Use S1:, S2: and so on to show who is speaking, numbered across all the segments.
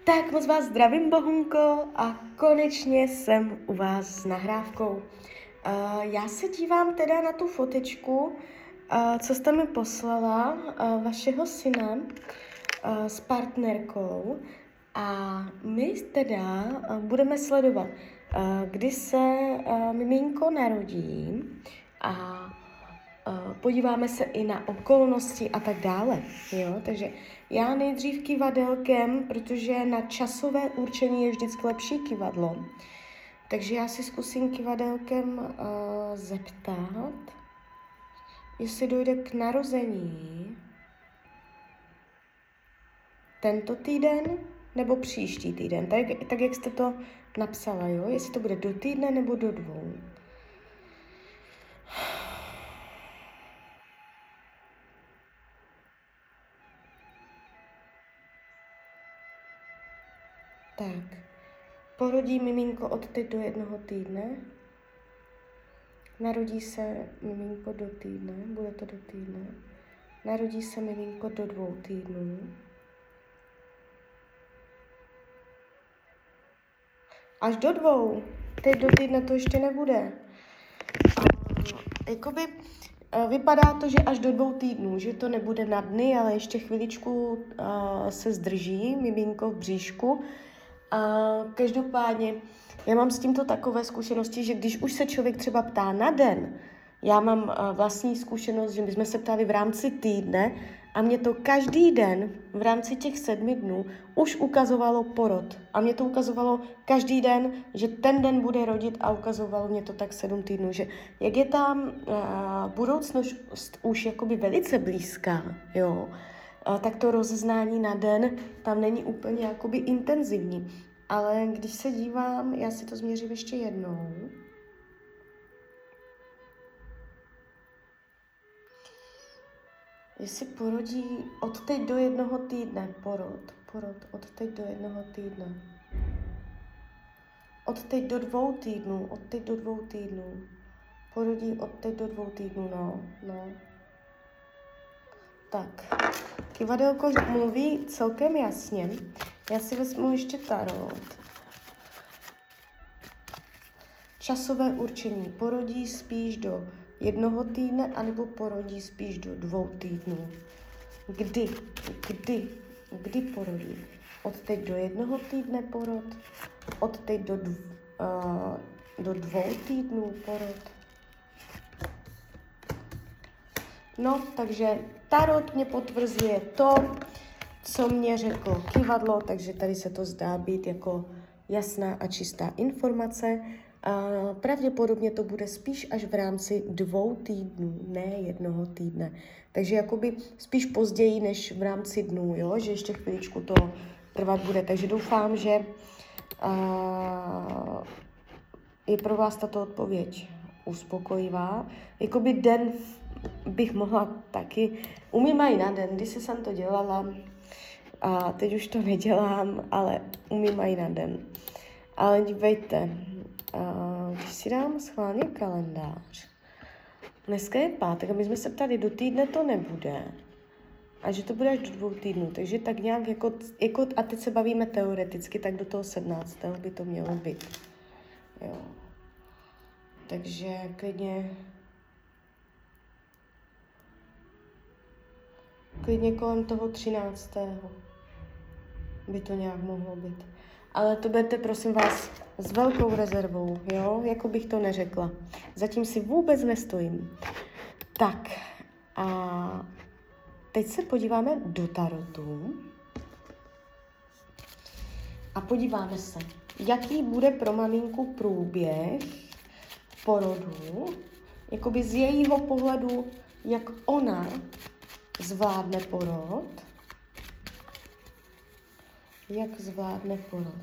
S1: Tak moc vás zdravím, Bohunko, a konečně jsem u vás s nahrávkou. Já se dívám teda na tu fotečku, co jste mi poslala, vašeho syna s partnerkou, a my teda budeme sledovat, kdy se miminko narodí, a podíváme se i na okolnosti a tak dále. Jo? Takže já nejdřív kyvadelkem, protože na časové určení je vždycky lepší kyvadlo. Takže já si zkusím kyvadelkem zeptat, jestli dojde k narození tento týden nebo příští týden. Tak jak jste to napsala, jo? Jestli to bude do týdne nebo do 2. Tak, porodí miminko od teď do 1 týdne, narodí se miminko do týdne, bude to do týdne, narodí se miminko do 2 týdnů, až do 2, teď do týdne to ještě nebude. Vypadá to, že až do 2 týdnů, že to nebude na dny, ale ještě chviličku se zdrží miminko v bříšku. Každopádně já mám s tímto takové zkušenosti, že když už se člověk třeba ptá na den, já mám vlastní zkušenost, že my jsme se ptali v rámci týdne a mě to každý den v rámci těch 7 dnů už ukazovalo porod. A mě to ukazovalo každý den, že ten den bude rodit, a ukazovalo mě to tak 7 týdnů, že jak je tam budoucnost už jakoby velice blízká, jo, tak to rozeznání na den tam není úplně jakoby intenzivní. Ale když se dívám, já si to změřím ještě jednou. Jestli porodí od teď do 1 týdne, porod od teď do 1 týdne. Od teď do 2 týdnů, Porodí od teď do 2 týdnů, no. Tak, kyvadelko mluví celkem jasně. Já si vezmu ještě tarot. Časové určení. Porodí spíš do 1 týdne, anebo porodí spíš do 2 týdnů. Kdy porodí? Od teď do 1 týdne porod, od teď do 2 týdnů porod. No, takže tarot mě potvrzuje to, co mě řeklo kyvadlo, takže tady se to zdá být jako jasná a čistá informace. Pravděpodobně to bude spíš až v rámci 2 týdnů, ne 1 týdne. Takže jakoby spíš později než v rámci dnů, jo? Že ještě chviličku to trvat bude. Takže doufám, že je pro vás tato odpověď uspokojivá. Jakoby den bych mohla taky, umím i na den, když jsem to dělala, a teď už to nedělám, ale umím i na den. Ale dívejte, když si dám schválně kalendář, dneska je pátek a my jsme se ptali, do týdne to nebude. A že to bude až do 2 týdnů, takže tak nějak jako a teď se bavíme teoreticky, tak do toho 17. by to mělo být. Jo. Takže klidně kolem toho 13. by to nějak mohlo být. Ale to budete, prosím vás, s velkou rezervou, jo? Jako bych to neřekla. Zatím si vůbec nestojím. Tak, a teď se podíváme do tarotu a podíváme se, jaký bude pro maminku průběh porodu, jakoby z jejího pohledu, jak ona zvládne porod. Jak zvládne porod.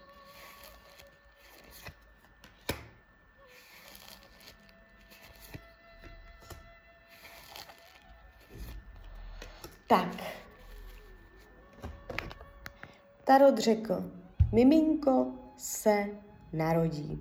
S1: Tak. Tarot řekl, miminko se narodí.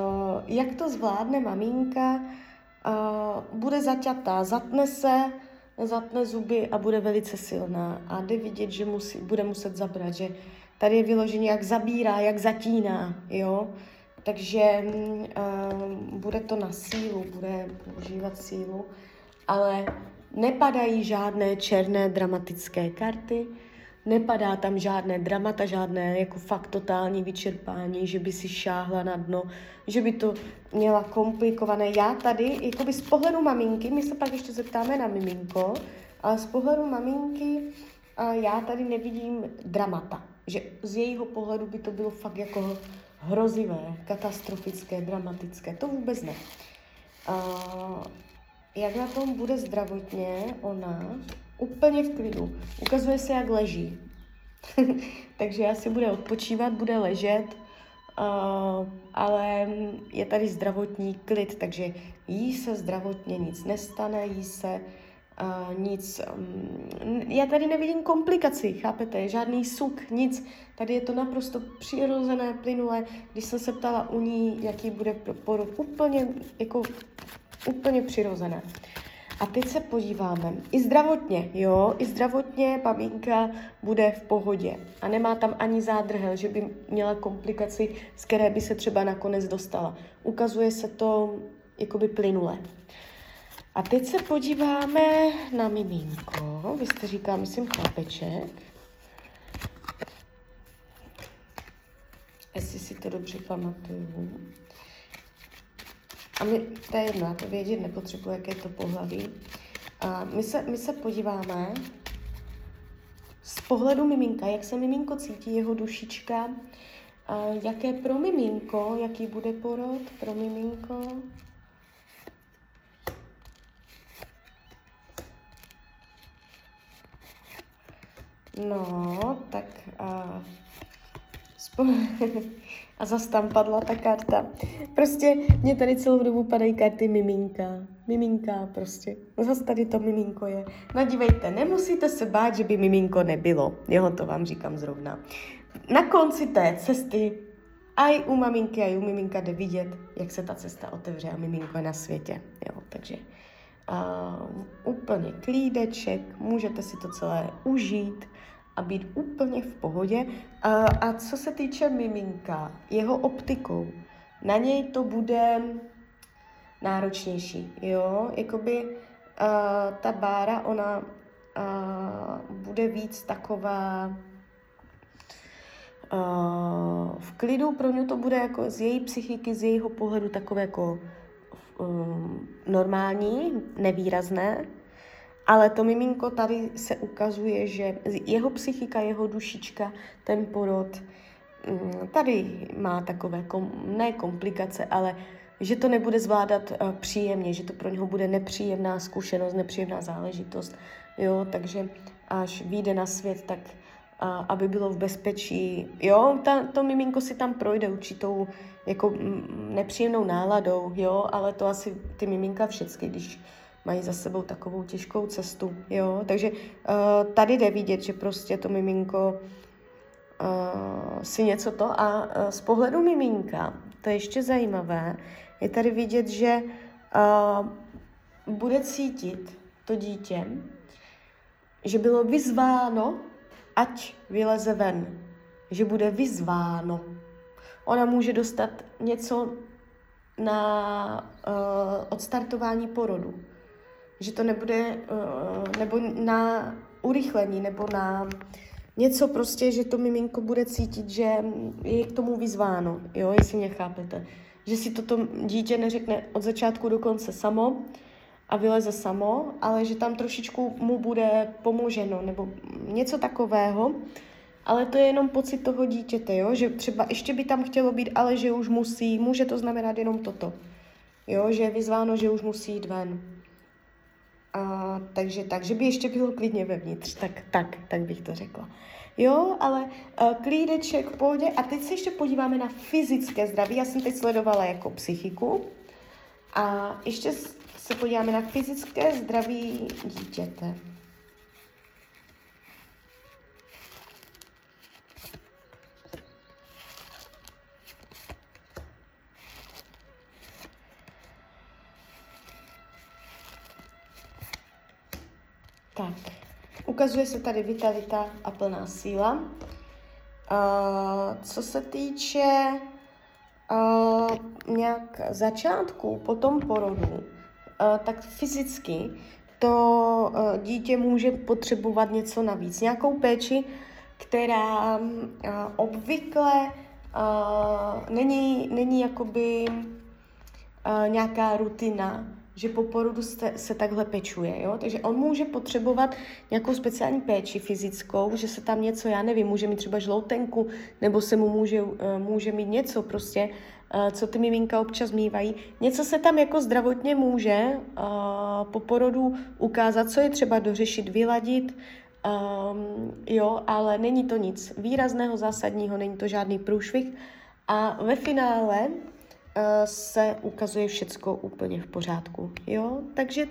S1: Jak to zvládne maminka? Bude zaťatá, zatne se, zatne zuby a bude velice silná. A jde vidět, že bude muset zabrat, že tady je vyloženě, jak zabírá, jak zatíná, jo. Takže bude to na sílu, bude používat sílu, ale nepadají žádné černé dramatické karty, nepadá tam žádné dramata, žádné jako fakt totální vyčerpání, že by si šáhla na dno, že by to měla komplikované. Já tady, jakoby z pohledu maminky, my se pak ještě zeptáme na miminko, ale z pohledu maminky já tady nevidím dramata, že z jejího pohledu by to bylo fakt jako hrozivé, katastrofické, dramatické, to vůbec ne. Jak na tom bude zdravotně ona? Úplně v klidu. Ukazuje se, jak leží. Takže asi bude odpočívat, bude ležet, ale je tady zdravotní klid, takže jí se zdravotně nic nestane, jí se nic. Já tady nevidím komplikaci, chápete? Žádný suk, nic. Tady je to naprosto přirozené, plynulé. Když jsem se ptala u ní, jaký bude porod, úplně přirozené. A teď se podíváme. I zdravotně, jo, i zdravotně maminka bude v pohodě. A nemá tam ani zádrhel, že by měla komplikaci, z které by se třeba nakonec dostala. Ukazuje se to jakoby plynule. A teď se podíváme na miminko. Vy jste říká, myslím, chlapeček. Jestli si to dobře pamatuju. A to je jedno, já to vědět nepotřebuji, jaké je to pohlaví. A my se podíváme z pohledu miminka, jak se miminko cítí, jeho dušička, a jaké pro miminko, jaký bude porod pro miminko. No, tak a zase tam padla ta karta. Prostě mě tady celou dobu padají karty miminka. Miminka prostě. Zase tady to miminko je. No dívejte, nemusíte se bát, že by miminko nebylo. Jo, to vám říkám zrovna. Na konci té cesty aj u maminky, aj u miminka jde vidět, jak se ta cesta otevře a miminko je na světě. Jo, takže úplně klídeček, můžete si to celé užít a být úplně v pohodě. A co se týče miminka, jeho optikou, na něj to bude náročnější, jo, jakoby ta Bára, ona bude víc taková v klidu, pro ně to bude jako z její psychiky, z jejího pohledu takové jako normální, nevýrazné, ale to miminko tady se ukazuje, že jeho psychika, jeho dušička, ten porod, tady má takové, ne komplikace, ale že to nebude zvládat příjemně, že to pro něho bude nepříjemná zkušenost, nepříjemná záležitost, jo, takže až vyjde na svět, tak aby bylo v bezpečí, jo, to miminko si tam projde určitou jako nepříjemnou náladou, jo, ale to asi ty miminka všechny, když mají za sebou takovou těžkou cestu, jo, takže tady jde vidět, že prostě to miminko si něco to a z pohledu miminka, to je ještě zajímavé, je tady vidět, že bude cítit to dítě, že bylo vyzváno, ať vyleze ven, že bude vyzváno. Ona může dostat něco na odstartování porodu, že to nebude, nebo na urychlení, nebo na něco prostě, že to miminko bude cítit, že je k tomu vyzváno, jo, jestli mě chápete. Že si toto dítě neřekne od začátku do konce samo a vyleze samo, ale že tam trošičku mu bude pomoženo, nebo něco takového, ale to je jenom pocit toho dítěte, jo, že třeba ještě by tam chtělo být, ale že už musí, může to znamenat jenom toto, jo, že je vyzváno, že už musí jít ven. Takže by ještě bylo klidně vevnitř, tak bych to řekla. Jo, ale klídeček v pohodě. A teď se ještě podíváme na fyzické zdraví. Já jsem teď sledovala jako psychiku. A ještě se podíváme na fyzické zdraví dítěte. Tak, ukazuje se tady vitalita a plná síla. Co se týče nějak začátku po tom porodu, tak fyzicky to dítě může potřebovat něco navíc, nějakou péči, která obvykle není jakoby nějaká rutina, že po porodu se takhle pečuje, jo? Takže on může potřebovat nějakou speciální péči fyzickou, že se tam něco, já nevím, může mít třeba žloutenku, nebo se mu může mít něco prostě, co ty miminka občas mívají. Něco se tam jako zdravotně může po porodu ukázat, co je třeba dořešit, vyladit, jo, ale není to nic výrazného, zásadního, není to žádný průšvih. A ve finále se ukazuje všecko úplně v pořádku, jo, takže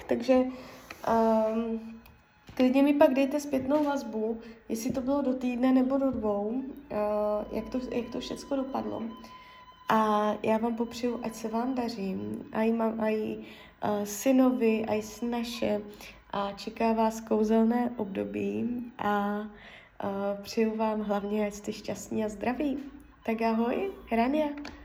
S1: klidně mi pak dejte zpětnou vazbu, jestli to bylo do týdne nebo do 2, jak to všecko dopadlo. A já vám popřeju, ať se vám daří, aj synovi, aj snaše, a čeká vás kouzelné období a přeju vám hlavně, ať jste šťastní a zdraví. Tak ahoj, Rania.